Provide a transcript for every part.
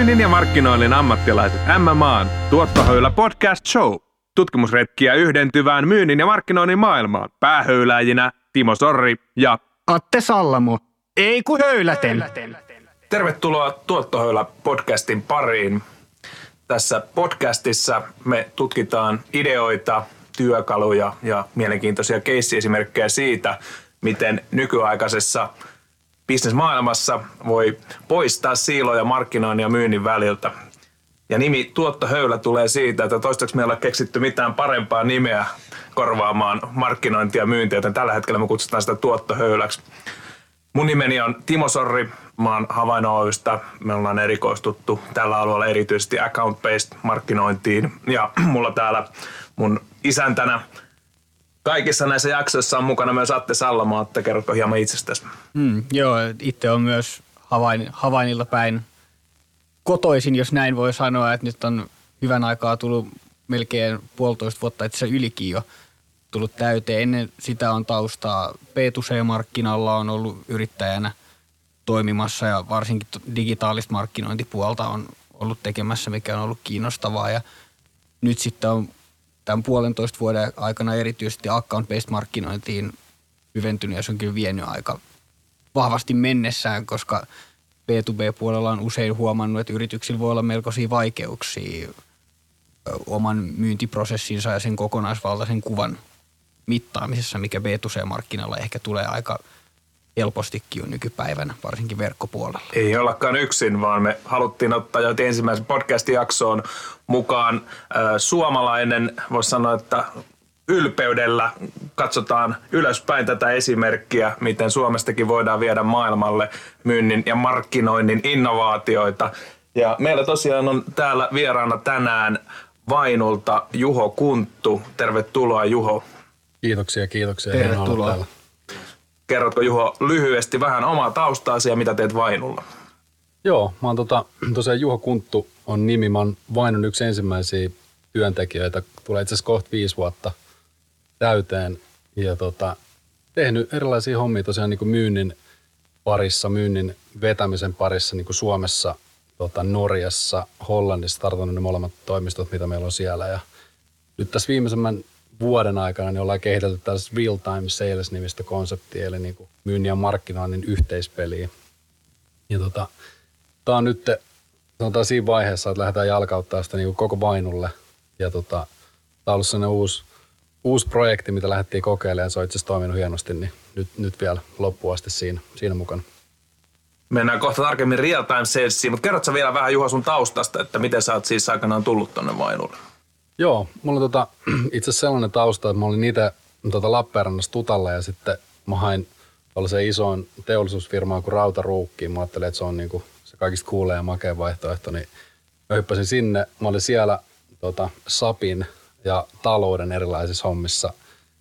Myynnin ja markkinoinnin ammattilaiset MMA:n Tuottohöylä podcast show. Tutkimusretkiä yhdentyvään myynnin ja markkinoinnin maailmaan. Päähöyläjinä Timo Sorri ja Atte Sallamo. Ei kun höyläten. Tervetuloa Tuottohöylä podcastin pariin. Tässä podcastissa me tutkitaan ideoita, työkaluja ja mielenkiintoisia keissiesimerkkejä siitä, miten nykyaikaisessa bisnesmaailmassa voi poistaa siiloja markkinoinnin ja myynnin väliltä. Ja nimi Tuottohöylä tulee siitä, että toistaiseksi me ei ole keksitty mitään parempaa nimeä korvaamaan markkinointia ja myyntiä, joten tällä hetkellä me kutsutaan sitä Tuottohöyläksi. Mun nimeni on Timo Sorri, mä oon Havainno Oy:stä. Me ollaan erikoistuttu tällä alueella erityisesti account-based markkinointiin. Ja mulla täällä mun isäntänä kaikissa näissä jaksoissa on mukana myös Atte Sallamo. Atte, kerrotko hieman itsestäsi? Joo, itse on myös Havainilta päin kotoisin, jos näin voi sanoa, että nyt on hyvän aikaa tullut melkein 1,5 vuotta, itse asiassa ylikin jo tullut täyteen. Ennen sitä on taustaa B2C-markkinalla, on ollut yrittäjänä toimimassa ja varsinkin digitaalista markkinointipuolta on ollut tekemässä, mikä on ollut kiinnostavaa. Ja nyt sitten on tämän 1,5 vuoden aikana erityisesti account-based markkinointiin hyventynyt ja se on kyllä vienyt aika vahvasti mennessään, koska B2B-puolella on usein huomannut, että yrityksillä voi olla melkoisia vaikeuksia oman myyntiprosessinsa ja sen kokonaisvaltaisen kuvan mittaamisessa, mikä B2C-markkinalla ehkä tulee aika helpostikin jo nykypäivänä, varsinkin verkkopuolella. Ei ollakaan yksin, vaan me haluttiin ottaa jo ensimmäisen podcast-jaksoon mukaan suomalainen, voisi sanoa, että ylpeydellä katsotaan ylöspäin tätä esimerkkiä, miten Suomestakin voidaan viedä maailmalle myynnin ja markkinoinnin innovaatioita. Ja meillä tosiaan on täällä vieraana tänään Vainulta Juho Kunttu. Tervetuloa, Juho. Kiitoksia. Tervetuloa. Kerrotko, Juho, lyhyesti vähän omaa taustaasi ja mitä teet Vainulla? Joo, mä oon tosiaan Juho Kunttu on nimi. Mä oon Vainon yksi ensimmäisiä työntekijöitä. Tulee itse asiassa kohta 5 vuotta täyteen. Ja tehnyt erilaisia hommia tosiaan niin kuin myynnin parissa, myynnin vetämisen parissa niin kuin Suomessa, Norjassa, Hollannissa. Startannut ne molemmat toimistot, mitä meillä on siellä. Ja nyt tässä viimeisemmän vuoden aikana niin ollaan kehitelty tällaista real-time sales-nimistä konseptia, eli niin kuin myynnin ja markkinoinnin yhteispeliä. Ja tää on nyt sanotaan siinä vaiheessa, että lähdetään jalkauttaa sitä niin kuin koko Vainulle. Ja tää on ollut sellainen uusi projekti, mitä lähdettiin kokeilemaan, ja se on itse asiassa toiminut hienosti, niin nyt vielä loppuun asti siinä mukana. Mennään kohta tarkemmin real-time salesiin, mutta kerrotko vielä vähän, Juho, sun taustasta, että miten sä oot siis aikanaan tullut tonne Vainulle? Joo, mulla on itse asiassa sellainen tausta, että mä olin itse Lappeenrannassa Tutalla ja sitten mä hain tällaiseen isoon teollisuusfirmaan kuin Rautaruukkiin. Mä ajattelin, että se on niinku se kaikista kuulee ja makea vaihtoehto, niin mä hyppäsin sinne. Mä olin siellä SAPin ja talouden erilaisissa hommissa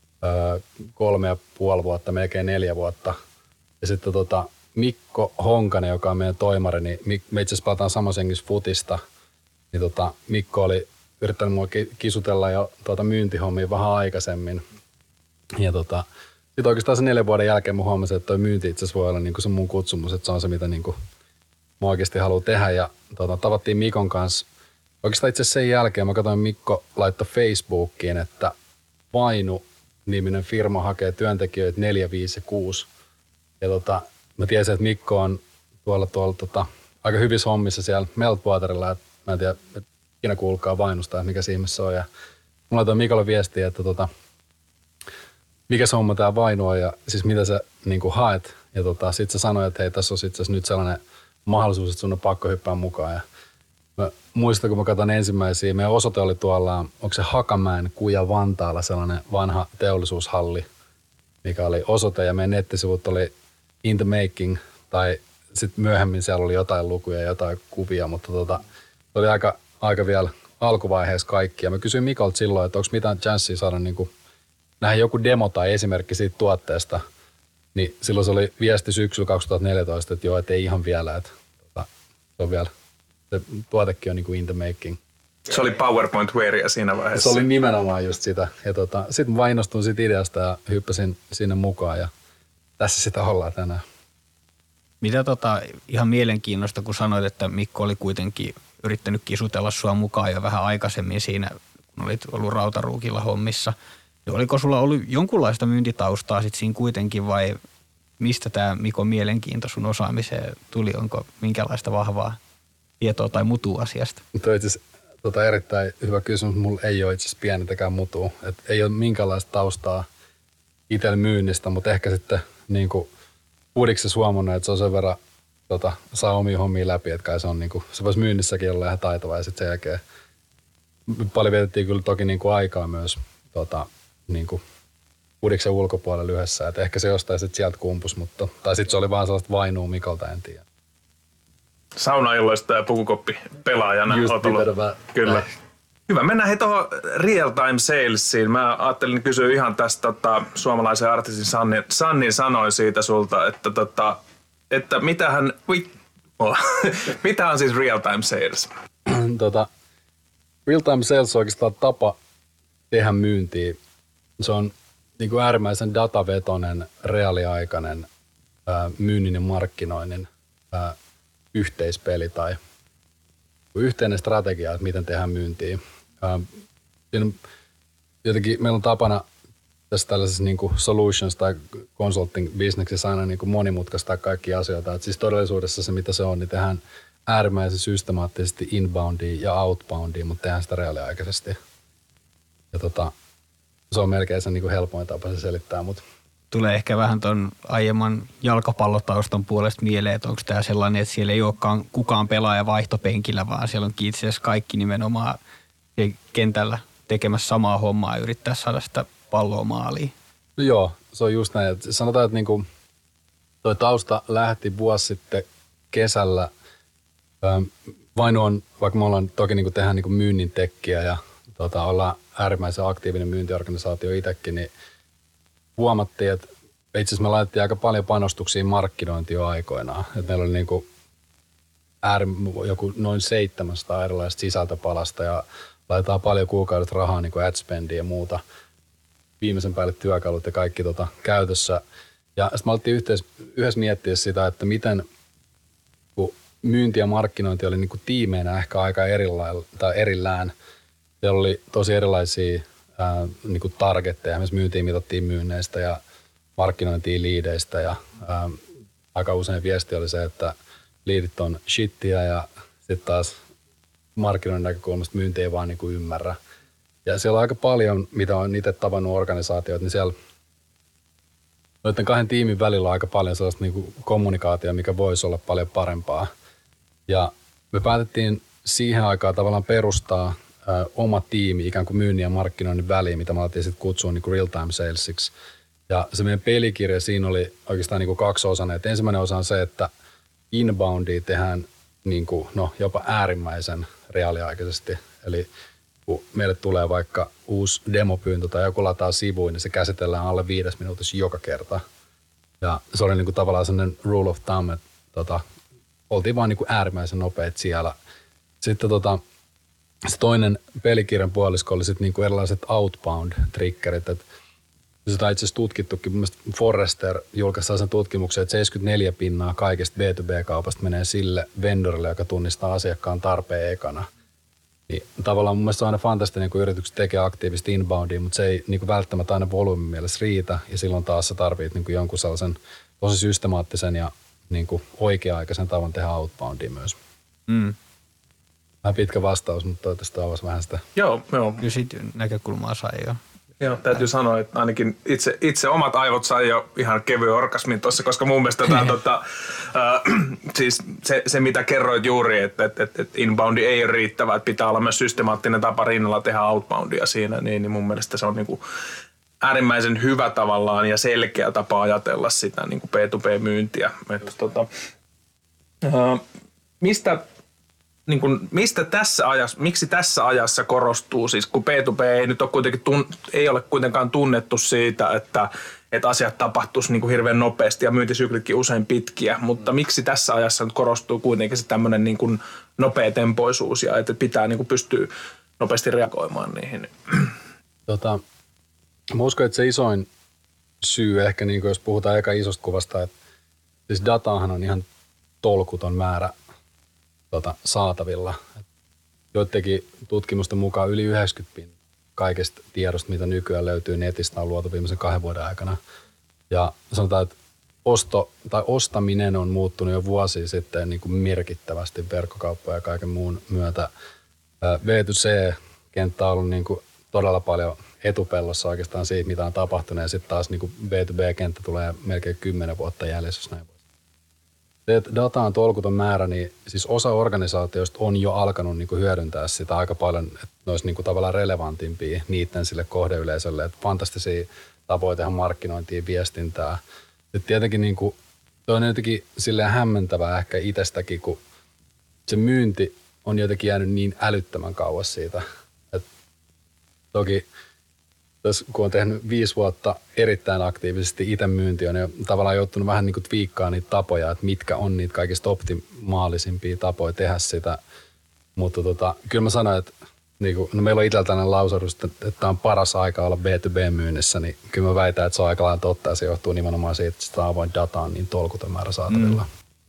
3,5 vuotta, melkein 4 vuotta. Ja sitten Mikko Honkanen, joka on meidän toimari, niin me itse asiassa palataan samassa hengissä futista, niin Mikko oli yrittänyt mua kisutella jo myyntihommia vähän aikaisemmin. Ja sitten oikeastaan se 4 vuoden jälkeen mä huomasin, että toi myynti itse asiassa voi olla niinku se mun kutsumus, että se on se, mitä niinku mä oikeasti haluan tehdä. Ja tavattiin Mikon kanssa. Oikeastaan itse asiassa sen jälkeen mä katsoin, Mikko laittoi Facebookiin, että Vainu-niminen firma hakee työntekijöitä 4, 5 ja 6. Ja mä tiesin, että Mikko on tuolla aika hyvissä hommissa siellä Meltwaterilla. Mä en tiedä, ikinä kuulkaa Vainusta, että mikä se ihmeessä on. Ja mä laitoin Mikolle viestiä, että mikä se homma tää Vainu on ja siis mitä sä niinku haet. Ja sit se sanoi, että hei, tässä on itse asiassa nyt sellainen mahdollisuus, että sun on pakko hyppää mukaan. Ja mä muistan, kun mä katson ensimmäisiä, meidän osoite oli tuolla, onko se Hakamäen Kuja Vantaalla sellainen vanha teollisuushalli, mikä oli osoite ja meidän nettisivut oli in the making tai sitten myöhemmin siellä oli jotain lukuja ja jotain kuvia, mutta se oli aika vielä alkuvaiheessa kaikki. Ja mä kysyin Mikolta silloin, että onko mitään chanssia saada nähdä joku demo tai esimerkki siitä tuotteesta. Niin silloin se oli viesti syksyllä 2014, että joo, et ei ihan vielä. Että se on vielä, se tuotekin on niin kuin in the making. Se oli PowerPoint-wearia siinä vaiheessa. Se oli nimenomaan just sitä. Ja sitten mä innostuin siitä ideasta ja hyppäsin sinne mukaan ja tässä sitä ollaan tänään. Mitä ihan mielenkiinnosta, kun sanoit, että Mikko oli kuitenkin yrittänyt kisutella sua mukaan jo vähän aikaisemmin siinä, kun olit ollut Rautaruukilla hommissa. Ja oliko sulla ollut jonkunlaista myyntitaustaa sitten siinä kuitenkin vai mistä tämä Mikon mielenkiinto sun osaamiseen tuli? Onko minkälaista vahvaa tietoa tai mutua asiasta? Tuo itse asiassa erittäin hyvä kysymys. Mulla ei ole itse asiassa pienintäkään mutua. Et ei ole minkäänlaista taustaa itsellä myynnistä, mutta ehkä sitten niin kuin uudiksessa huomannut, että se on sen verran saa omia hommia läpi, että kai se on niin kuin, se voisi myynnissäkin olla ihan taitava ja sitten sen jälkeen paljon vietettiin kyllä toki niin kuin aikaa myös niin kuin uudiksen ulkopuolella yhdessä, että ehkä se jostain sitten sieltä kumpus, mutta tai sitten se oli vaan sellaista vainua Mikolta, en tiedä. Saunailloista ja pukukoppi pelaajana. Just Kyllä. Hyvä, mennään hei tuohon real time salesiin. Mä ajattelin kysyä ihan tästä suomalaisen artistin Sannin sanoi siitä sulta, että mitä on siis real time sales? Real time sales on oikeastaan tapa tehdä myyntiä. Se on niin kuin äärimmäisen datavetoinen, reaaliaikainen myynnin ja markkinoinnin yhteispeli tai yhteinen strategia, että miten tehdään myyntiä. Jotenkin meillä on tapana tässä tällaisessa niin kuin solutions- tai consulting-bisneksessä aina niin kuin monimutkaistaa kaikkia asioita. Et siis todellisuudessa se, mitä se on, niin tehdään äärimmäisen systemaattisesti inboundia ja outboundia, mutta tehdään sitä reaaliaikaisesti. Ja se on melkein se niin kuin helpoin tapa se selittää. Mutta tulee ehkä vähän tuon aiemman jalkapallotaustan puolesta mieleen, että onko tämä sellainen, että siellä ei olekaan kukaan pelaaja vaihtopenkillä, vaan siellä onkin itse asiassa kaikki nimenomaan kentällä tekemässä samaa hommaa ja yrittää saada sitä palloa maaliin. No joo, se on just näin. Että sanotaan, että niinku toi tausta lähti vuosi sitten kesällä. Vaino on, vaikka me ollaan toki niinku tehdään niinku myynnin tekkiä ja ollaan äärimmäisen aktiivinen myyntiorganisaatio itsekin, niin huomattiin, että itse asiassa me laitettiin aika paljon panostuksia markkinointiin jo aikoinaan. Että meillä oli niinku joku noin 700 erilaista sisältöpalasta ja laitetaan paljon kuukaudet rahaa niin kuin ad spendia ja muuta. Viimeisen päälle työkalut ja kaikki käytössä. Ja sitten me alettiin yhdessä miettiä sitä, että miten kun myynti ja markkinointi oli niin kuin tiimeinä ehkä aika erillään. Siellä oli tosi erilaisia niin kuin targetteja. Myös myyntiin mitattiin myynneistä ja markkinointiin liideistä. Ja aika usein viesti oli se, että liidit on shittiä ja sitten taas markkinoinnin näkökulmasta myynti ei vaan niin kuin ymmärrä. Ja siellä on aika paljon, mitä on itse tavannut organisaatioita, niin siellä noiden kahden tiimin välillä on aika paljon sellaista niin kuin kommunikaatiota, mikä voisi olla paljon parempaa. Ja me päätettiin siihen aikaan tavallaan perustaa oma tiimi ikään kuin myynnin ja markkinoinnin väliin, mitä me alettiin sitten kutsua niin kuin real time salesiksi. Ja se meidän pelikirja siinä oli oikeastaan niin kuin kaksiosainen. Et ensimmäinen osa on se, että inboundia tehdään niin kuin, jopa äärimmäisen reaaliaikaisesti. Eli kun meille tulee vaikka uusi demopyyntö tai joku lataa sivuun, niin se käsitellään alle 5 minuutissa joka kerta. Ja se oli niin kuin tavallaan sellainen rule of thumb, että oltiin vaan niin kuin äärimmäisen nopeat siellä. Sitten se toinen pelikirjan puolisko oli sitten niin kuin erilaiset outbound-triggerit. Sitä on itse asiassa tutkittukin. Mielestäni Forrester julkaisi sen tutkimuksen, että 74% kaikesta B2B-kaupasta menee sille vendorille, joka tunnistaa asiakkaan tarpeen ekana. Niin tavallaan mun mielestä se on aina fantastinen, kun yritykset tekee aktiivisesti inboundia, mutta se ei niin kuin välttämättä aina volyymin mielessä riitä. Ja silloin taas sä tarvitset niin kuin jonkun sellaisen tosi systemaattisen ja niin kuin oikea-aikaisen tavan tehdä outboundia myös. Vähän pitkä vastaus, mutta toivottavasti avasi vähän sitä. Joo. Kyllä siitä näkökulmaa sai jo. Joo, täytyy sanoa, että ainakin itse omat aivot sai jo ihan kevyen orgasmin tuossa, koska mun mielestä siis se mitä kerroit juuri, että inboundi ei ole riittävä, että pitää olla myös systemaattinen tapa rinnalla tehdä outboundia siinä, niin mun mielestä se on niinku äärimmäisen hyvä tavallaan ja selkeä tapa ajatella sitä niinku B2B-myyntiä. Mistä tässä ajassa, miksi tässä ajassa korostuu, siis kun B2B ei nyt ole kuitenkin ei ole kuitenkaan tunnettu siitä, että asiat tapahtuisi niin kuin hirveän nopeasti ja myyntisyklitkin usein pitkiä, mutta miksi tässä ajassa nyt korostuu kuitenkin se tämmöinen niin kuin nopea tempoisuus ja että pitää niin kuin pystyä nopeasti reagoimaan niihin? Mä uskon, että se isoin syy ehkä, niin kuin jos puhutaan eka isosta kuvasta, että siis dataahan on ihan tolkuton määrä saatavilla. Joidenkin tutkimusten mukaan yli 90% kaikesta tiedosta, mitä nykyään löytyy netistä, on luotu viimeisen 2 vuoden aikana. Ja sanotaan, että ostaminen on muuttunut jo vuosia sitten niin kuin merkittävästi verkkokauppoja ja kaiken muun myötä. B2C-kenttä on ollut niin kuin todella paljon etupellossa oikeastaan siitä, mitä on tapahtunut, ja sitten taas niin kuin B2B-kenttä tulee melkein 10 vuotta jäljessä, jos näin voi. Se, että data on tolkuton määrä, niin siis osa organisaatioista on jo alkanut niin kuin hyödyntää sitä aika paljon, että ne olisi niin kuin tavallaan relevantimpia niiden sille kohdeyleisölle, että fantastisia tapoja tehdä markkinointia, viestintää. Et tietenkin niin kuin, toi on jotenkin silleen hämmentävää ehkä itsestäkin, kun se myynti on jotenkin jäänyt niin älyttömän kauas siitä. Et toki tässä, kun on tehnyt 5 vuotta erittäin aktiivisesti itse myyntiä, niin on tavallaan joutunut vähän niin kuin twiikkaa niitä tapoja, että mitkä on niitä kaikista optimaalisimpia tapoja tehdä sitä. Mutta kyllä mä sanoin, että niin kuin, no meillä on itsellä tällainen lausahdus, että on paras aika olla B2B-myynnissä, niin kyllä mä väitän, että se on aika lailla totta, ja se johtuu nimenomaan siitä, että sitä avoin data on niin tolkuton määrä saatavilla.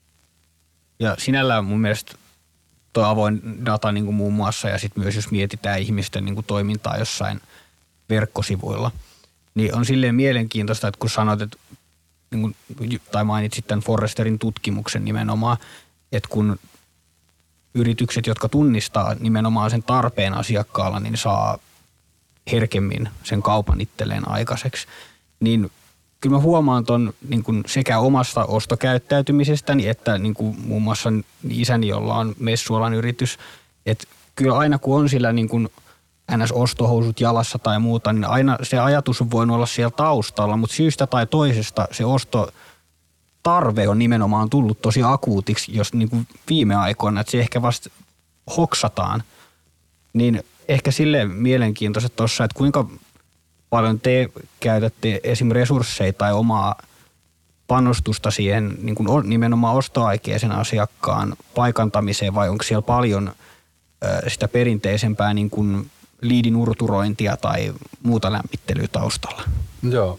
Ja sinällään mun mielestä tuo avoin data niin kuin muun muassa, ja sitten myös jos mietitään ihmisten niin kuin toimintaa jossain verkkosivuilla, niin on silleen mielenkiintoista, että kun sanoit, että, niin kuin, tai mainitsit tämän Forresterin tutkimuksen nimenomaan, että kun yritykset, jotka tunnistaa nimenomaan sen tarpeen asiakkaalla, niin saa herkemmin sen kaupan itselleen aikaiseksi, niin kyllä mä huomaan ton niin kuin sekä omasta ostokäyttäytymisestäni, että niin kuin muun muassa isäni, jolla on messualan yritys, että kyllä aina kun on sillä niin kuin NS-ostohousut jalassa tai muuta, niin aina se ajatus on voinut olla siellä taustalla, mutta syystä tai toisesta se ostotarve on nimenomaan tullut tosi akuutiksi, jos niin kuin viime aikoina, että se ehkä vasta hoksataan, niin ehkä silleen mielenkiintoiset tuossa, että kuinka paljon te käytätte esimerkiksi resursseja tai omaa panostusta siihen niin kuin nimenomaan ostoaikeisen asiakkaan paikantamiseen, vai onko siellä paljon sitä perinteisempää niin kuin liidinurturointia tai muuta lämmittelyä taustalla? Joo,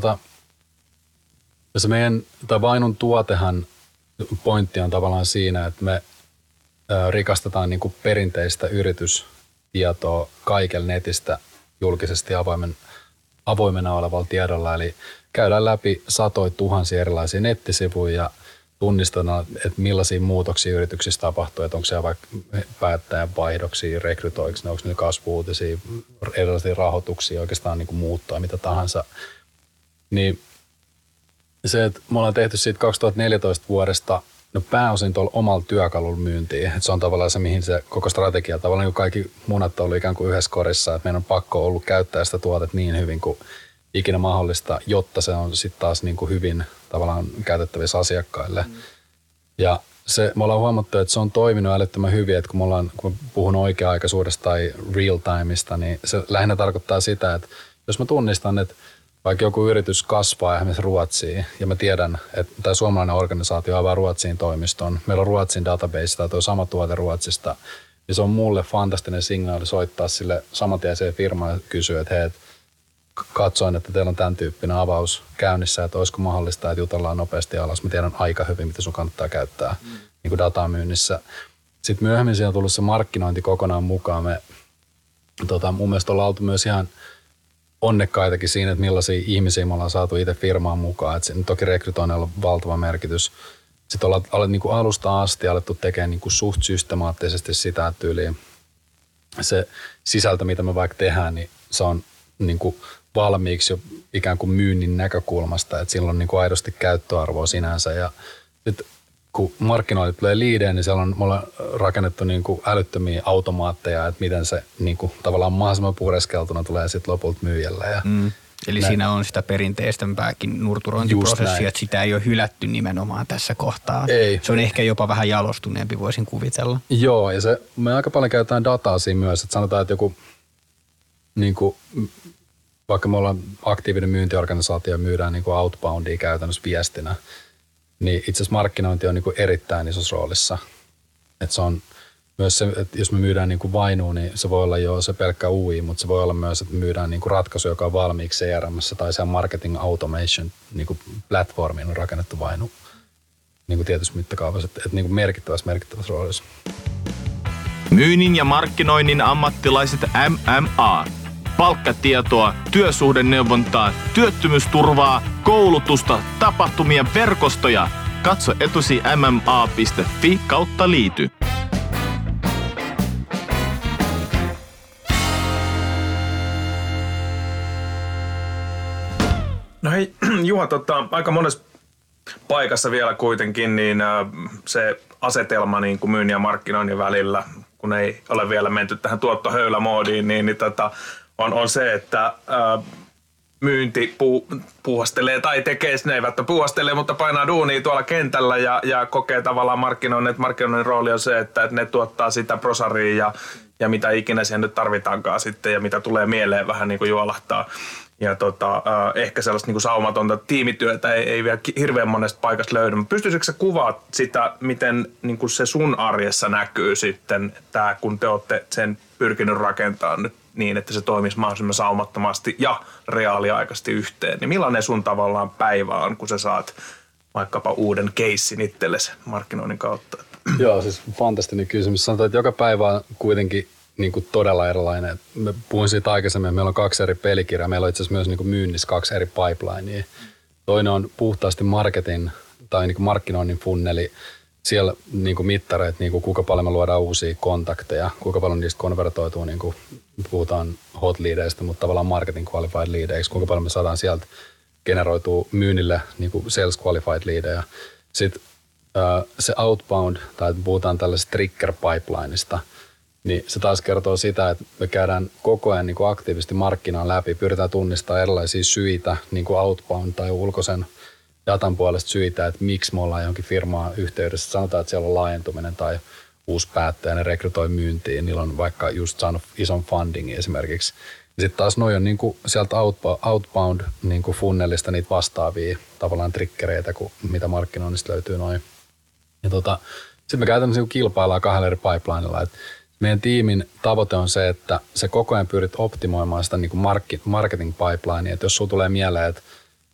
se meidän Vainun tuotehan pointti on tavallaan siinä, että me rikastetaan niin kuin perinteistä yritystietoa kaikella netistä julkisesti avoimena olevalla tiedolla, eli käydään läpi satoja tuhansia erilaisia nettisivuja ja tunnistetaan, että millaisia muutoksia yrityksissä tapahtuu, että onko siellä vaikka päättäjän vaihdoksia, rekrytoiksi, onko ne kasvu-uutisia, erilaisia rahoituksia, oikeastaan niin kuin muuttaa mitä tahansa. Niin se, että me ollaan tehty siitä 2014 vuodesta pääosin tuolla omalla työkalulla myyntiin. Että se on tavallaan se, mihin se koko strategia, tavallaan niin kaikki munat on ollut ikään kuin yhdessä korissa, että meidän on pakko ollut käyttää sitä tuotetta niin hyvin kuin ikinä mahdollista, jotta se on sitten taas niin kuin hyvin tavallaan käytettävissä asiakkaille. Ja me ollaan huomattu, että se on toiminut älyttömän hyvin, että kun puhun oikea-aikaisuudesta tai real-timeista, niin se lähinnä tarkoittaa sitä, että jos mä tunnistan, että vaikka joku yritys kasvaa esimerkiksi Ruotsiin, ja mä tiedän, että tämä suomalainen organisaatio avaa Ruotsiin toimiston, meillä on Ruotsin database tai tuo sama tuote Ruotsista, niin se on mulle fantastinen signaali soittaa sille samantieseen firmaan ja kysyä, että hei, katsoin, että teillä on tämän tyyppinen avaus käynnissä, että olisiko mahdollista, että jutellaan nopeasti alas. Mä tiedän aika hyvin, mitä sun kannattaa käyttää niin kuin datamyynnissä. Sitten myöhemmin siinä on tullut se markkinointi kokonaan mukaan. Mun mielestä ollaan oltu myös ihan onnekkaitakin siinä, että millaisia ihmisiä me ollaan saatu itse firmaan mukaan. Että toki rekrytoinnilla on valtava merkitys. Sitten ollaan niin kuin alusta asti alettu tekemään niin kuin suht systemaattisesti sitä tyyliin. Se sisältö, mitä me vaikka tehdään, niin se on niin kuin valmiiksi jo ikään kuin myynnin näkökulmasta, että sillä on niin kuin aidosti käyttöarvoa sinänsä. Ja sitten kun markkinoille tulee liidejä, niin siellä me ollaan rakennettu niin kuin älyttömiä automaatteja, että miten se niin kuin tavallaan mahdollisimman pureskeltuna tulee sitten lopulta myyjälle. Ja eli siinä on sitä perinteistämpääkin nurturointiprosessia, että sitä ei ole hylätty nimenomaan tässä kohtaa. Ei. Se on ehkä jopa vähän jalostuneempi, voisin kuvitella. Joo, ja me aika paljon käytetään dataa siinä myös, että sanotaan, että joku niin kuin, vaikka me ollaan aktiivinen myyntiorganisaatio ja myydään niin kuin outboundia käytännössä viestinä, niin itse asiassa markkinointi on niin kuin erittäin isossa roolissa. Että se on myös se, että jos me myydään niin kuin Vainuun, niin se voi olla jo se pelkkä UI, mutta se voi olla myös, että me myydään niin kuin ratkaisu, joka on valmiiksi CRM:ssä tai siellä marketing automation niin kuin platformiin on rakennettu Vainu. niin kuin tietyssä mittakaavassa, että niin kuin merkittävässä roolissa. Myynnin ja markkinoinnin ammattilaiset MMA. Palkkatietoa, työsuhdeneuvontaa, työttömyysturvaa, koulutusta, tapahtumia, verkostoja. Katso etusi mma.fi/liity. No hei Juha, aika monessa paikassa vielä kuitenkin niin se asetelma niin kuin myynnin ja markkinoinnin välillä, kun ei ole vielä menty tähän tuottohöylämoodiin, niin on se, että myynti puuhastelee tai tekee, ne eivät puuhastelee, mutta painaa duunia tuolla kentällä ja kokee tavallaan markkinoinnin rooli on se, että ne tuottaa sitä prosaria ja mitä ikinä siihen nyt tarvitaankaan sitten ja mitä tulee mieleen vähän niin kuin juolahtaa. Ja ehkä sellaista niin kuin saumatonta tiimityötä ei vielä hirveän monesta paikasta löydy. Pystyisikö sä kuvaat sitä, miten niin kuin se sun arjessa näkyy sitten, tämä, kun te olette sen pyrkinyt rakentamaan nyt niin, että se toimisi mahdollisimman saumattomasti ja reaaliaikaisesti yhteen. Niin millainen sun tavallaan päivä on, kun sä saat vaikkapa uuden keissin itsellesi markkinoinnin kautta? Joo, siis fantastinen kysymys. Sanotaan, että joka päivä on kuitenkin niin kuin todella erilainen. Mä puhuin siitä aikaisemmin, meillä on 2 eri pelikirjaa. Meillä on itse asiassa myös niin kuin myynnissä 2 eri pipelinea. Toinen on puhtaasti marketing tai niin kuin markkinoinnin funneli. Siellä niin kuin mittareet, niin kuin kuinka paljon me luodaan uusia kontakteja, kuinka paljon niistä konvertoituu, niin kuin puhutaan hot leadeista, mutta tavallaan marketing qualified leadeiksi, kuinka paljon me saadaan sieltä generoituu myynnille niin kuin sales qualified leadeja. Sitten se outbound, tai puhutaan tällaisesta trigger pipelineista, niin se taas kertoo sitä, että me käydään koko ajan niin kuin aktiivisesti markkinaan läpi, pyritään tunnistamaan erilaisia syitä, niin kuin outbound tai ulkoisen datan puolesta syitä, että miksi me ollaan johonkin firmaan yhteydessä. Sanotaan, että siellä on laajentuminen tai uusi päättäjä, ne rekrytoi myyntiin, niillä on vaikka just saanut ison fundingin esimerkiksi. Sitten taas noi on niin kuin sieltä outbound niin kuin funnelista niitä vastaavia tavallaan triggereitä, mitä markkinoinnista löytyy noin. Sitten me käytännössä niin kilpaillaan 2 eri pipelinella. Meidän tiimin tavoite on se, että se koko ajan pyrit optimoimaan sitä niin kuin marketing pipelinea. Että jos sulla tulee mieleen, että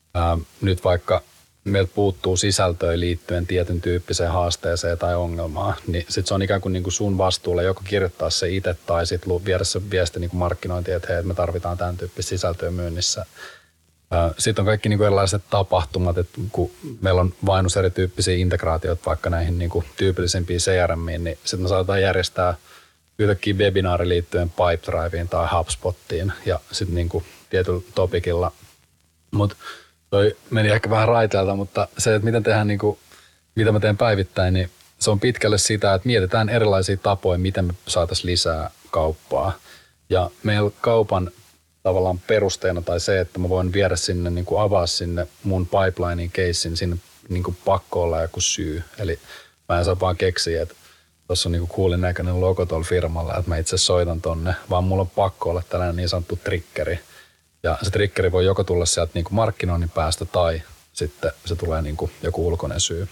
nyt vaikka meiltä puuttuu sisältöä liittyen tietyn tyyppiseen haasteeseen tai ongelmaan, niin sitten se on ikään kuin, sun vastuulla joko kirjoittaa se itse tai sitten viedä se viesti niin kuin markkinointiin, että hei, me tarvitaan tämän tyyppistä sisältöä myynnissä. Sitten on kaikki niin kuin erilaiset tapahtumat, että kun meillä on vainus erityyppisiä integraatioita vaikka näihin niin kuin tyypillisempiin CRMiin, niin sitten me saadaan järjestää yhtäkkiä webinaari liittyen Pipedriveen tai HubSpottiin ja sitten niin kuin tietyllä topikilla. Mutta toi meni ehkä vähän raiteelta, mutta se, että miten tehdään, niin kuin, mitä mä teen päivittäin, niin se on pitkälle sitä, että mietitään erilaisia tapoja, miten me saataisiin lisää kauppaa. Ja meillä kaupan tavallaan perusteena tai se, että mä voin viedä sinne, niin kuin avaa sinne mun pipelinein casein, sinne niin kuin pakko olla joku syy. Eli mä en saa vaan keksiä, että tuossa on niin kuin coolin näköinen logo tuolla firmalla, että mä itse soitan tonne, vaan mulla on pakko olla tällainen niin sanottu triggeri. Ja se triggeri voi joko tulla sieltä niin kuin markkinoinnin päästä tai sitten se tulee niin kuin joku ulkoinen syy.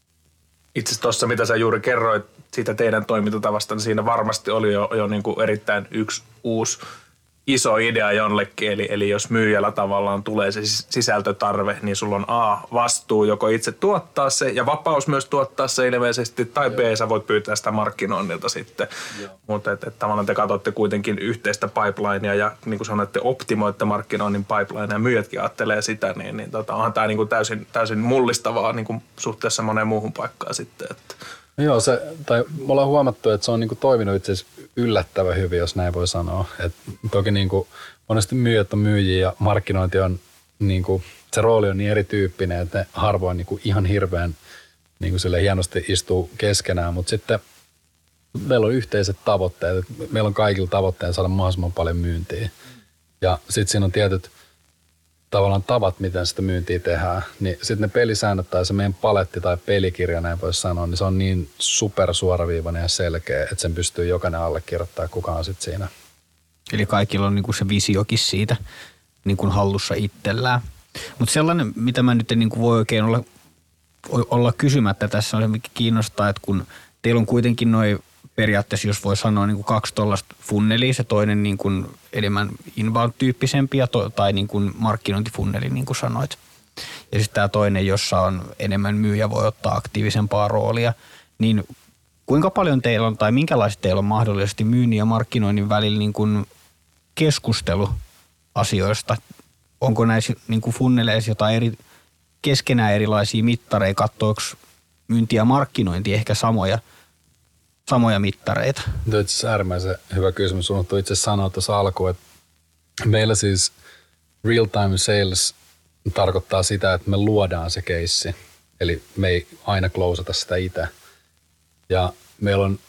Itse asiassa tuossa, mitä sä juuri kerroit siitä teidän toimintatavasta, niin siinä varmasti oli jo niin kuin erittäin yksi uusi iso idea jollekin. Eli jos myyjällä tavallaan tulee se sisältötarve, niin sulla on A, vastuu joko itse tuottaa se ja vapaus myös tuottaa se ilmeisesti, tai B, sä voit pyytää sitä markkinoinnilta sitten. Mutta tavallaan te katsotte kuitenkin yhteistä pipelinea ja niin kuin sanoitte, optimoitte markkinoinnin pipelinea ja myyjätkin ajattelee sitä, niin onhan tämä niin kuin täysin mullistavaa niin kuin suhteessa moneen muuhun paikkaan sitten. Että. Joo, me ollaan huomattu, että se on niinku toiminut itse asiassa yllättävän hyvin, jos näin voi sanoa. Et toki niinku, monesti myyjät on myyjiä ja markkinointi on, niinku, se rooli on niin erityyppinen, että ne harvoin niinku ihan hirveän niinku sille hienosti istuu keskenään, mutta sitten meillä on yhteiset tavoitteet. Meillä on kaikilla tavoitteena saada mahdollisimman paljon myyntiä. Ja sitten siinä on tietyt tavallaan tavat, miten sitä myyntiä tehdään, niin sitten ne pelisäännöt tai se meidän paletti tai pelikirja, näin voisi sanoa, niin se on niin supersuoraviivainen ja selkeä, että sen pystyy jokainen allekirjoittamaan, kuka on sitten siinä. Eli kaikilla on niinku se visiokin siitä niinku hallussa itsellään. Mutta sellainen, mitä mä nyt en niinku voi oikein olla kysymättä tässä, on se, mikä kiinnostaa, että kun teillä on kuitenkin noin periaatteessa, jos voi sanoa, niin kuin 2 tuollaista funnelia, se toinen niin kuin enemmän inbound-tyyppisempi tai niin kuin markkinointifunneli, niin kuin sanoit. ja sitten tämä toinen, jossa on enemmän myyjä voi ottaa aktiivisempaa roolia, niin kuinka paljon teillä on tai minkälaiset teillä on mahdollisesti myynnin ja markkinoinnin välillä niin kuin keskusteluasioista? Onko näissä niin kuin funneleissa jotain keskenään erilaisia mittareita? Katsoako myynti ja markkinointi ehkä samoja mittareita? Tuo on itse asiassa äärimmäisen hyvä kysymys. Unohtui itse sanoa tuossa alkuun, että meillä siis real-time sales tarkoittaa sitä, että me luodaan se keissi. Eli me ei aina closata sitä itse. Ja meillä on,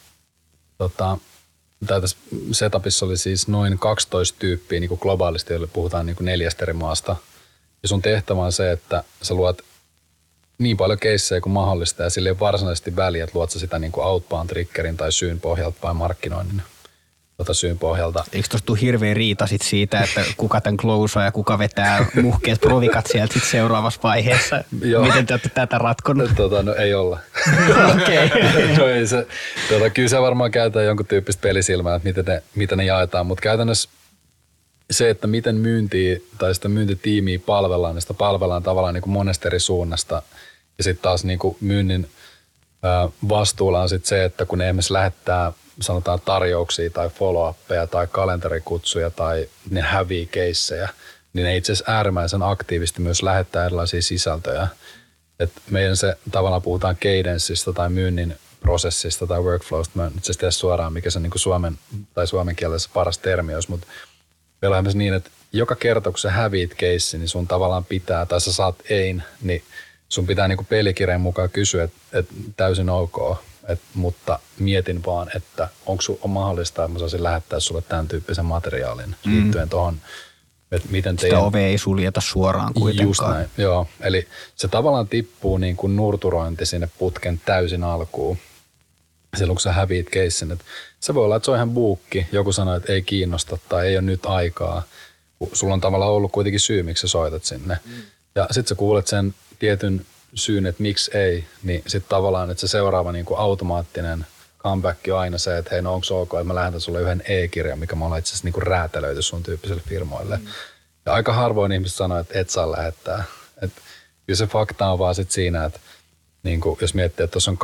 tässä setupissa oli siis noin 12 tyyppiä niin kuin globaalisti, joille puhutaan niin kuin 4 eri maasta. Ja sun tehtävä on se, että sä luot niin paljon keissejä kuin mahdollista ja sillä ei ole varsinaisesti väliä, että luot sä sitä niin kuin outbound triggerin tai syyn pohjalta vai markkinoinnin syyn pohjalta. Eikö tuossa tule hirveä riita sit siitä, että kuka tämän closaa ja kuka vetää muhkeat provikat sieltä sit seuraavassa vaiheessa? Miten te olette tätä ratkonut? No ei olla. Okei. No ei se. Kyllä se varmaan käytetään jonkun tyyppistä pelisilmää, että miten ne jaetaan, mutta käytännössä se, että miten myyntiä tai sitä myyntitiimiä palvellaan, niin sitä palvellaan tavallaan niin kuin monesta eri suunnasta. Ja sitten taas niin kuin myynnin vastuulla on sitten se, että kun ne esimerkiksi lähettää sanotaan tarjouksia tai follow-uppeja tai kalenterikutsuja tai ne hävii keissejä, niin ne itse asiassa äärimmäisen aktiivisesti myös lähettää erilaisia sisältöjä. Et meidän se tavallaan puhutaan cadenceista tai myynnin prosessista tai workflowsta. Mä en itse asiassa tiedä suoraan, mikä se niin kuin suomen kielessä paras termi olisi, mutta meillä on myös niin, että joka kerta kun sä häviit keissi, niin sun tavallaan pitää, tai sä saat ein, niin sun pitää niin kuin pelikirjan mukaan kysyä, että täysin ok. Mutta mietin vaan, että onko mahdollista, että mä saisin lähettää sulle tämän tyyppisen materiaalin liittyen tuohon, että miten sitä ovea ei suljeta suoraan kuitenkaan. Just näin, joo. Eli se tavallaan tippuu niin kuin nurturointi sinne putken täysin alkuun. Silloin kun sä häviit keissin, että se voi olla, että se on ihan buukki. Joku sanoo, että ei kiinnosta tai ei ole nyt aikaa. Sulla on tavallaan ollut kuitenkin syy, miksi sä soitat sinne. Ja sit sä kuulet sen tietyn syyn, että miksi ei, niin sitten tavallaan, että se seuraava niin kuin automaattinen comeback on aina se, että hei, no onko ok, että mä lähetän sulle yhden e-kirjan, mikä me ollaan itse asiassa niin kuin räätälöity sun tyyppisille firmoille. Ja aika harvoin ihmiset sanoo, että et saa lähettää. Että kyllä se fakta on vaan sit siinä, että niin kuin, jos miettii, että tuossa on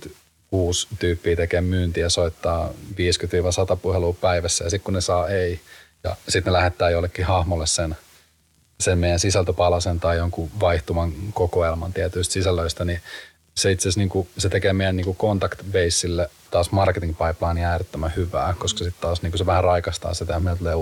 86 tyyppiä tekee myyntiä ja soittaa 50-100 puhelua päivässä ja sitten kun ne saa ei, ja sitten ne lähettää jollekin hahmolle sen meidän sisältöpalasen tai jonkun vaihtuman kokoelman tietyistä sisällöistä, niin se itse asiassa niin se tekee meidän niin contact baseille taas marketing pipeline äärettömän hyvää, koska sitten taas niin se vähän raikastaa sitä ja meillä tulee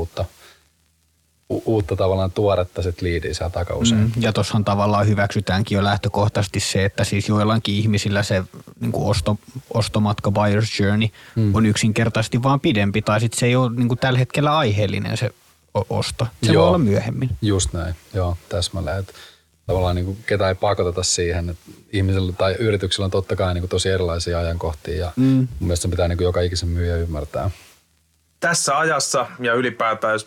uutta tavallaan tuoretta sit liidiä siellä takausein. Ja tuossahan tavallaan hyväksytäänkin jo lähtökohtaisesti se, että siis joillakin ihmisillä se niin ostomatka buyer's journey on yksinkertaisesti vaan pidempi tai sitten se ei ole niin tällä hetkellä aiheellinen se osto. Se voi olla myöhemmin. Just näin, joo, täsmälleen. Tavallaan niin kuin ketään ei pakoteta siihen, että ihmisillä tai yrityksillä on totta kai niin kuin tosi erilaisia ajankohtia ja mun mielestä se pitää niin kuin joka ikisen myyjä ymmärtää. Tässä ajassa ja ylipäätään,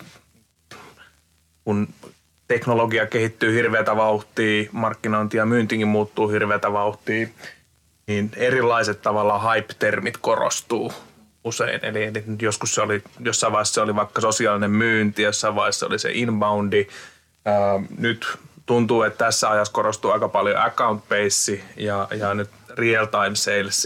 kun teknologia kehittyy hirveätä vauhtia, markkinointi ja myyntikin muuttuu hirveätä vauhtia, niin erilaiset tavallaan hype-termit korostuu usein. Eli joskus jossain vaiheessa se oli vaikka sosiaalinen myynti, jossain vaiheessa oli se inboundi. Nyt tuntuu, että tässä ajassa korostuu aika paljon account-based ja nyt real-time sales.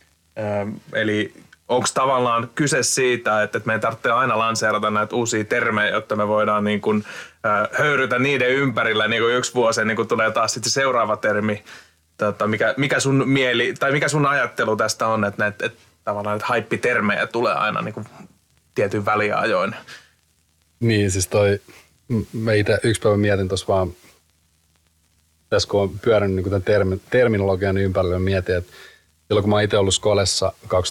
Eli onko tavallaan kyse siitä, että meidän tarvitsee aina lanseerata näitä uusia termejä, jotta me voidaan niin kuin, höyrytä niiden ympärillä niin kuin yksi vuosi, niin kuin tulee taas sitten seuraava termi. Mikä sun mieli tai mikä sun ajattelu tästä on, että tavallaan näitä hype-termejä tulee aina niin kuin tietyn väliajoin? Niin, siis mä itse yksi päivä mietin tuossa vaan, tässä kun on pyörinyt niin tämän terminologian ympärillä, mietin, että silloin kun mä itse ollut Skolessa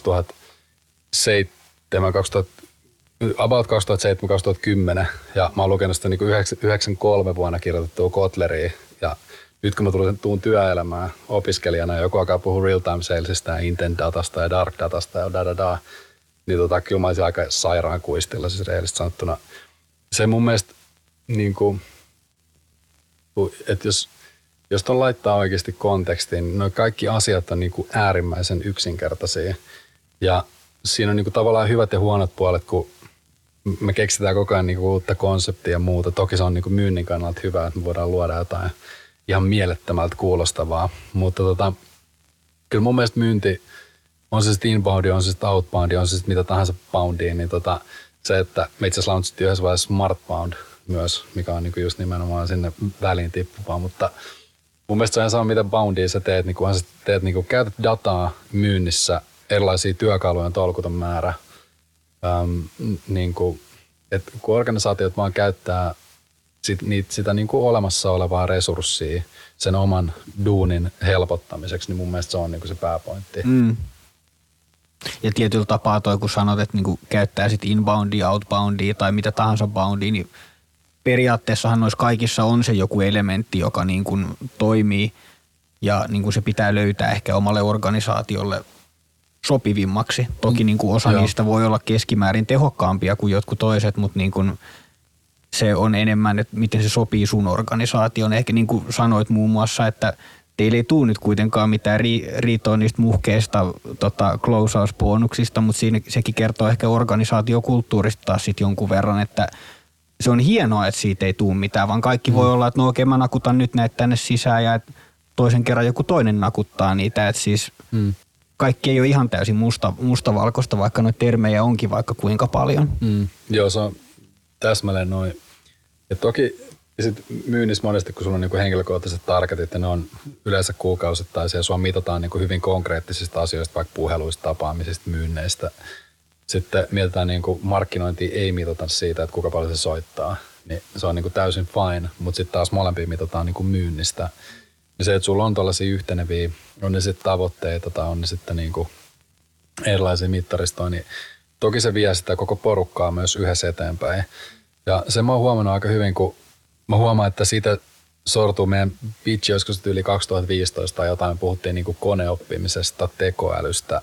2007-2010 ja mä oon lukenut sitä niin 93 vuonna kirjoitettua Kotleria ja nyt kun mä tuun työelämään opiskelijana ja joku alkaa puhua real-time salesista ja intent datasta ja dark datasta ja niin kyllä mä olisin aika sairaan kuistilla siis rehellisesti sanottuna. Se mun mielestä, niin kuin, että jos ton laittaa oikeasti kontekstiin, niin nuo kaikki asiat on niin kuin äärimmäisen yksinkertaisia. Ja siinä on niin kuin tavallaan hyvät ja huonot puolet, kun me keksitään koko ajan niin kuin uutta konseptia ja muuta. Toki se on niin kuin myynnin kannalta hyvä, että me voidaan luoda jotain ihan mielettömältä kuulostavaa. Mutta kyllä mun mielestä myynti, on se sitten inbound, on se sitten outbound, on se sitten mitä tahansa boundia, niin se, että me itse asiassa launchattiin yhdessä vaiheessa smartbound myös, mikä on niinku just nimenomaan sinne väliin tippuvaa, mutta mun mielestä se on ihan sama, mitä boundia sä teet, niin kunhan sä teet, niin kuin käytät dataa myynnissä, erilaisia työkaluja, tolkuton määrä, niin kuin, että kun organisaatiot vaan käyttää sitä niin kuin olemassa olevaa resurssia sen oman duunin helpottamiseksi, niin mun mielestä se on niin kuin se pääpointti. Ja tietyllä tapaa toi, kun sanot, että niinku käyttää sit inboundia, outboundia tai mitä tahansa boundia, niin periaatteessahan noissa kaikissa on se joku elementti, joka niinku toimii ja niinku se pitää löytää ehkä omalle organisaatiolle sopivimmaksi. Toki niinku osa niistä voi olla keskimäärin tehokkaampia kuin jotkut toiset, mutta niinku se on enemmän, että miten se sopii sun organisaatioon. Ehkä niin kuin sanoit muun muassa, että teille ei tule nyt kuitenkaan mitään riitoa niistä muhkeista closeausbonuksista, mutta sekin kertoo ehkä organisaatiokulttuurista taas sitten jonkun verran, että se on hienoa, että siitä ei tule mitään, vaan kaikki voi olla, että no okei, mä nakutan nyt näitä tänne sisään ja että toisen kerran joku toinen nakuttaa niitä, että siis kaikki ei ole ihan täysin mustavalkoista, vaikka noita termejä onkin vaikka kuinka paljon. Joo, se on täsmälleen noin. Ja toki sit myynnissä monesti, kun sulla on niinku henkilökohtaiset targetit, ja ne on yleensä kuukausittaisia, ja sua mitataan niinku hyvin konkreettisista asioista, vaikka puheluista, tapaamisista, myynneistä. Sitten mietitään niinku markkinointia, ei mitata siitä, että kuinka paljon se soittaa. Niin se on niinku täysin fine, mutta sitten taas molempia mitataan niinku myynnistä. Ja se, että sulla on tällaisia yhteneviä, on ne sitten tavoitteita tai on ne sitten niinku erilaisia mittaristoja, niin toki se vie sitä koko porukkaa myös yhdessä eteenpäin. Ja se mä oon huomannut aika hyvin, kun mä huomaan, että siitä sortuu meidän pitch joskus yli 2015 tai jotain, me puhuttiin niinku koneoppimisesta, tekoälystä.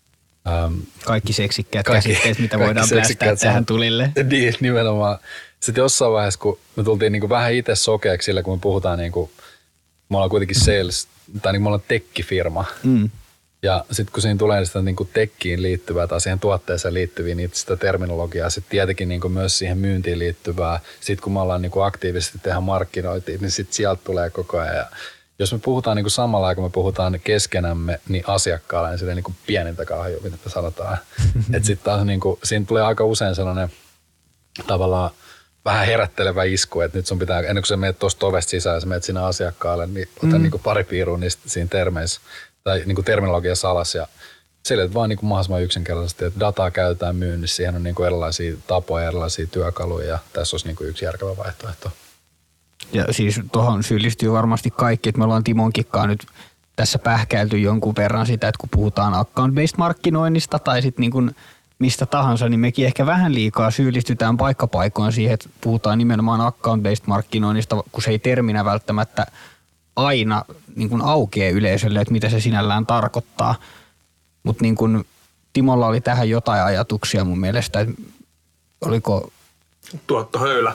Kaikki seksikkäät käsitteet, mitä voidaan päästää tähän tulille. Niin, nimenomaan. Sitten jossain vaiheessa, kun me tultiin niinku vähän itse sokeaksi sillä, kun me puhutaan, niinku, me ollaan kuitenkin sales, tai niinku me ollaan tekkifirma. Ja sitten kun siinä tulee sitä niinku tekkiin liittyvää tai siihen tuotteeseen liittyviä niin sitä terminologiaa, sitten tietenkin niinku myös siihen myyntiin liittyvää. Sitten kun me ollaan niinku aktiivisesti tehdä markkinointia, niin sitten sieltä tulee koko ajan. Ja jos me puhutaan niinku samalla aikaa, me puhutaan keskenämme, niin asiakkaalle niin silleen niinku pienintä kahjoa, mitä me sanotaan. Että sitten taas niinku, siinä tulee aika usein sellainen tavallaan vähän herättelevä isku, että nyt sun pitää, ennen kuin sä menet tuosta ovesta sisään ja sä menet sinne asiakkaalle, niin ota niinku pari piirua niistä siinä termeissä tai niinku terminologiassa alas ja sille vaan niinku mahdollisimman yksinkertaisesti, että dataa käytetään myynnissä, siihen on niinku erilaisia tapoja, erilaisia työkaluja ja tässä olisi niinku yksi järkevä vaihtoehto. Ja siis tuohon syyllistyy varmasti kaikki, että me ollaan Timon kikkaan nyt tässä pähkäilty jonkun verran sitä, että kun puhutaan account-based markkinoinnista tai sitten niinku mistä tahansa, niin mekin ehkä vähän liikaa syyllistytään paikkapaikoin siihen, että puhutaan nimenomaan account-based markkinoinnista, kun se ei terminä välttämättä aina niin kuin aukeaa yleisölle, että mitä se sinällään tarkoittaa. Mutta niin kuin Timolla oli tähän jotain ajatuksia mun mielestä, että oliko... Tuottohöylä.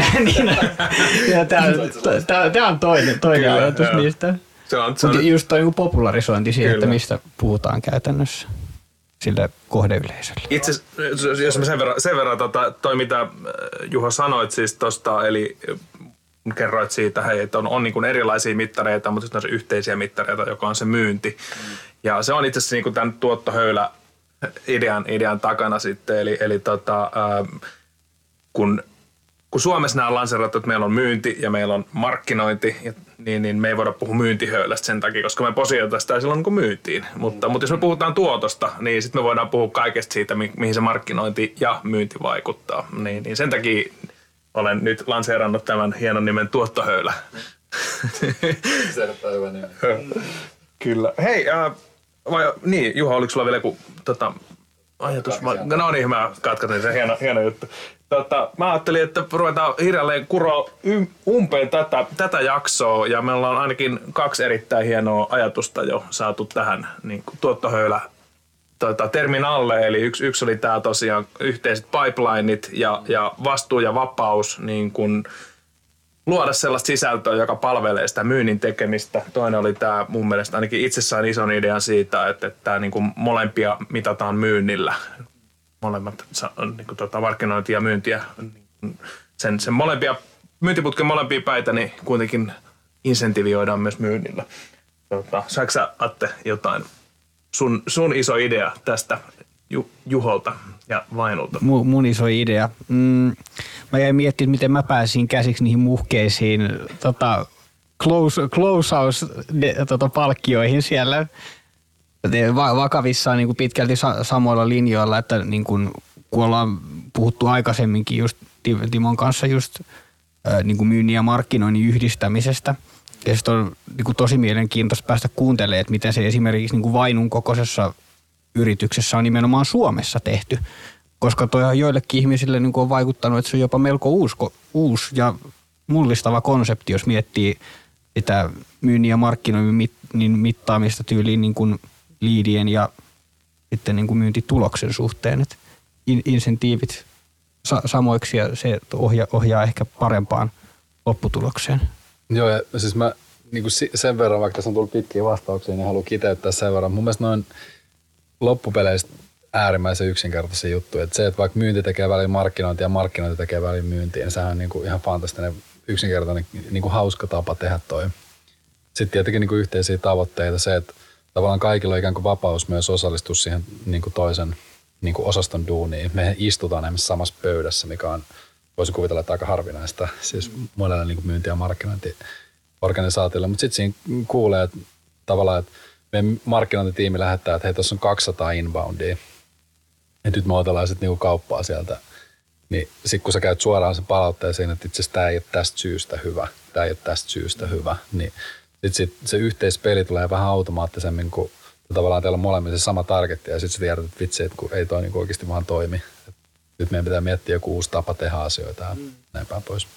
Tämä on toinen ajatus niistä. Mutta just toi popularisointi siihen, että mistä puhutaan käytännössä sille kohdeyleisölle. Itse jos mä sen verran toi mitä Juho sanoit siis tosta, eli kerroit siitä, hei, että on niin kuin erilaisia mittareita, mutta sitten on se yhteisiä mittareita, joka on se myynti. Ja se on itse asiassa niin kuin tämän tuottohöylä idean takana sitten, eli kun Suomessa nämä on lanseerattu, että meillä on myynti ja meillä on markkinointi, niin me ei voida puhua myyntihöylästä sen takia, koska me posioitetaan sitä silloin niin myyntiin. Mutta jos me puhutaan tuotosta, niin sitten me voidaan puhua kaikesta siitä, mihin se markkinointi ja myynti vaikuttaa. Niin sen takia olen nyt lanseerannut tämän hienon nimen tuottohöylä. Se on hyvä nimi. Kyllä. Hei, niin Juha, oliko sulla vielä joku ajatus? No niin, mä katkasin sen, hieno juttu. Mä ajattelin, että ruvetaan hiljalleen kuroa umpeen tätä jaksoa ja meillä on ainakin 2 erittäin hienoa ajatusta jo saatu tähän niin tuottohöylä terminalle. Eli yksi oli tämä tosiaan yhteiset pipelineit ja vastuu ja vapaus niin kun luoda sellaista sisältöä, joka palvelee sitä myynnin tekemistä. Toinen oli tämä mun mielestä ainakin itsessään ison idean siitä, että tämä niin kun molempia mitataan myynnillä. Molemmat niin markkinointi ja myyntiä, sen molempia, myyntiputken molempia päitä, niin kuitenkin insentiivioidaan myös myynnillä. Saatko sä, Atte, jotain sun iso idea tästä Juholta ja Vainulta? Mun iso idea. Mä jäin miettimään, miten mä pääsin käsiksi niihin muhkeisiin closehouse-palkkioihin siellä. Vakavissaan niin kuin pitkälti samoilla linjoilla, että niin kuin, kun ollaan puhuttu aikaisemminkin just Timon kanssa just niin kuin myynnin ja markkinoinnin yhdistämisestä. Ja sitten on niin kuin tosi mielenkiintoista päästä kuuntelemaan, että miten se esimerkiksi niin kuin Vainun kokoisessa yrityksessä on nimenomaan Suomessa tehty. Koska toi joillekin ihmisille niin kuin on vaikuttanut, että se on jopa melko uusi ja mullistava konsepti, jos miettii sitä myynnin ja markkinoinnin mittaamista tyyliin niin kuin liidien ja sitten niin kuin myyntituloksen suhteen. Että insentiivit samoiksi ja se ohjaa ehkä parempaan lopputulokseen. Joo, ja siis mä niin kuin sen verran, vaikka tässä on tullut pitkiä vastauksia, niin haluan kiteyttää sen verran. Mun mielestä noin loppupeleistä äärimmäisen yksinkertaisia juttuja. Että se, että vaikka myynti tekee väliin markkinointia ja markkinointi tekee väliin myyntiin, niin sehän on niin kuin ihan fantastinen, yksinkertainen, niin kuin hauska tapa tehdä toi. Sitten tietenkin niin kuin yhteisiä tavoitteita, se, että tavallaan kaikilla on ikään kuin vapaus myös osallistua siihen niin kuin toisen niin kuin osaston duuniin. Me istutaan esimerkiksi samassa pöydässä, mikä on, voisin kuvitella, että aika harvinaista, siis monella niin kuin myynti- ja markkinointiorganisaatiolla. Mutta sitten siinä kuulee, että tavallaan, että meidän markkinointitiimi lähettää, että hei, tuossa on 200 inboundia. Ja nyt me otellaan sitten niinku kauppaa sieltä. Niin sitten kun sä käyt suoraan sen palautteeseen, että itse asiassa tämä ei ole tästä syystä hyvä, tämä ei ole tästä syystä hyvä, niin sitten se yhteispeli tulee vähän automaattisemmin, kun tavallaan teillä on molemmilla se sama targetti, ja sitten sä tiedät, että vitsi, että kun ei toi niinku oikeasti vaan toimi. Et nyt meidän pitää miettiä joku uusi tapa tehdä asioita ja näin päin pois.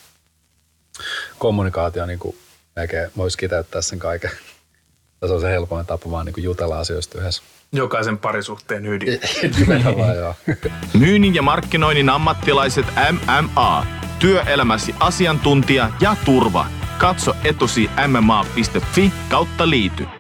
Kommunikaatio niinku melkein voisi kiteyttää sen kaiken. Se on se helpoin tapa vaan niin jutella asioista yhdessä. Jokaisen parisuhteen ydin. Nimenomaan, joo. Myynnin ja markkinoinnin ammattilaiset MMA. Työelämäsi asiantuntija ja turva. Katso etusi mma.fi/liity.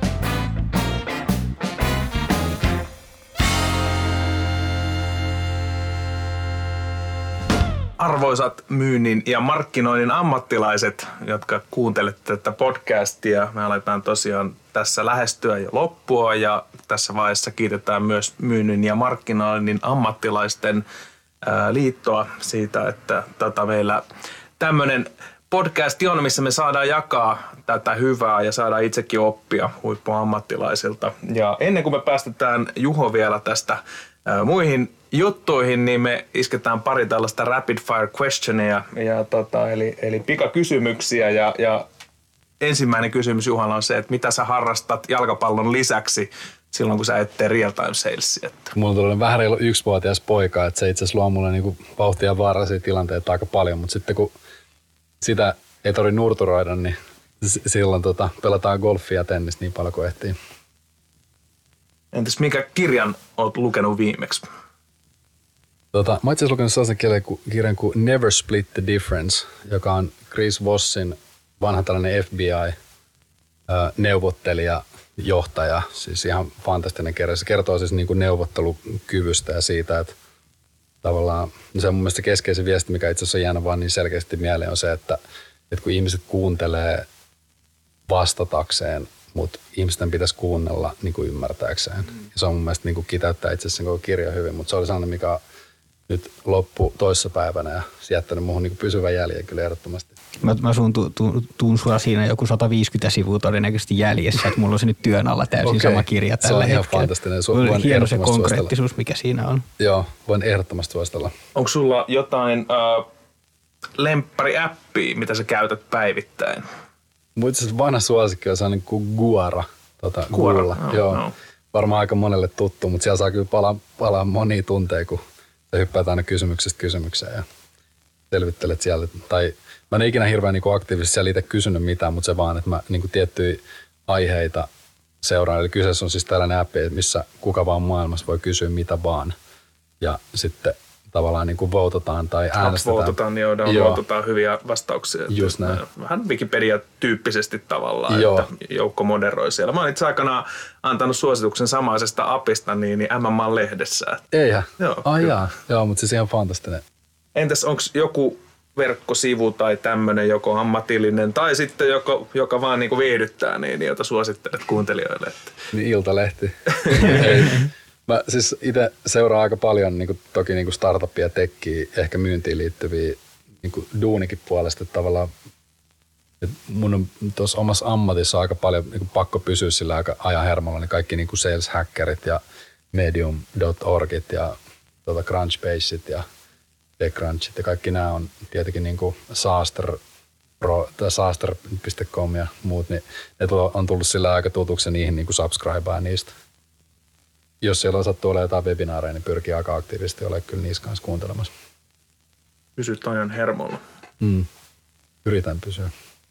Arvoisat myynnin ja markkinoinnin ammattilaiset, jotka kuuntelette tätä podcastia, me aletaan tosiaan tässä lähestyä jo loppua ja tässä vaiheessa kiitetään myös myynnin ja markkinoinnin ammattilaisten liittoa siitä, että meillä tämmöinen podcasti on, missä me saadaan jakaa tätä hyvää ja saadaan itsekin oppia huippuammattilaisilta. Ja ennen kuin me päästetään Juho vielä tästä muihin juttuihin, niin me isketään pari tällaista rapid fire questionia, eli pikakysymyksiä. Ja ensimmäinen kysymys Juhalla on se, että mitä sä harrastat jalkapallon lisäksi silloin, kun sä et tee real time salesia? Mulla on tullut vähän reilu 1-vuotias poika, että se itse asiassa luo mulle niinku vauhtia ja vaarallisia tilanteita aika paljon, mutta sitten kun sitä ei tarvitse nurturoida, niin silloin pelataan golfia ja tennistä niin paljon kuin ehtii. Entäs minkä kirjan oot lukenut viimeksi? Mä oon itse asiassa lukenut sellaisen kirjan kuin Never Split the Difference, joka on Chris Vossin vanha tällainen FBI-neuvottelija, johtaja. Siis ihan fantastinen kirja. Se kertoo siis niin kuin neuvottelukyvystä ja siitä, että tavallaan se on mun mielestä keskeisin viesti, mikä itse asiassa on jäänyt vaan niin selkeästi mieleen, on se, että kun ihmiset kuuntelee vastatakseen, mutta ihmisten pitäisi kuunnella niin kuin ymmärtääkseen. Ja se on mun mielestä niin kuin kiteyttää itse asiassa koko kirja hyvin, mutta se oli sellainen, mikä nyt loppu toissapäivänä ja jättänyt muuhun niin pysyvän jäljen kyllä ehdottomasti. Mä tuun sua siinä joku 150 sivua todennäköisesti jäljessä, että mulla on se nyt työn alla täysin sama kirja tällä hetkellä. Se on ihan fantastinen. Hieno se konkreettisuus, mikä siinä on. Joo, voin ehdottomasti suositella. Onko sulla jotain lemppariäppiä, mitä sä käytät päivittäin? Mun itse asiassa vanha suosikki on sellainen kuin Guara. Guara? Joo. Varmaan aika monelle tuttu, mutta siellä saa kyllä palaa monia tunteja, kun sä hyppäät aina kysymyksestä kysymykseen ja selvittelet siellä. Tai mä en ikinä hirveän niin aktiivisesti siellä itse kysynyt mitään, mutta se vaan, että mä niin tiettyjä aiheita seuraan. Eli kyseessä on siis tällainen appi, missä kuka vaan maailmassa voi kysyä mitä vaan. Ja sitten tavallaan niin kuin voutataan tai äänestetään. Voutataan, niin voutataan hyviä vastauksia. Just näin. Vähän Wikipedia-tyyppisesti tavallaan, Joo. että joukko moderoi siellä. Mä oon itse aikanaan antanut suosituksen samaisesta appista niin MMA-lehdessä. Eihän? Joo, Ai jaa. Joo, mutta siis ihan fantastinen. Entäs onko joku verkkosivu tai tämmöinen joko ammatillinen tai sitten joka vaan niinku viihdyttää, niin jota suosittelet kuuntelijoille? Että. Niin Iltalehti. Mä siis itse seuraan aika paljon niin kuin, toki niin kuin startupia ja tekkiä, ehkä myyntiin liittyviä niin kuin duunikin puolesta. Että tavallaan että mun on tuossa omassa ammatissa aika paljon niin kuin pakko pysyä sillä aika ajan hermolla, niin kaikki niin kuin sales hackerit ja medium.orgit ja Crunchbaseit ja TechCrunchit ja kaikki nämä on tietenkin niin kuin Saaster.com ja muut, niin ne on tullut sillä aika tutuksi niihin niin kuin subscribea niistä. Jos siellä sattuu olemaan jotain webinaareja, niin pyrkii aika aktiivisesti olemaan kyllä niissä kanssa kuuntelemassa. Pysyt ajan hermolla. Yritän pysyä.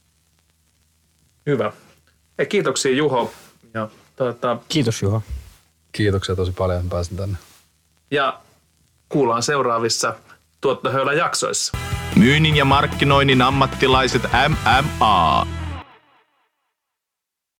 Hyvä. Hei, kiitoksia Juho. Ja, Kiitos Juho. Kiitoksia tosi paljon, että pääsin tänne. Ja kuullaan seuraavissa Tuottohöylä jaksoissa. Myynnin ja markkinoinnin ammattilaiset MMA.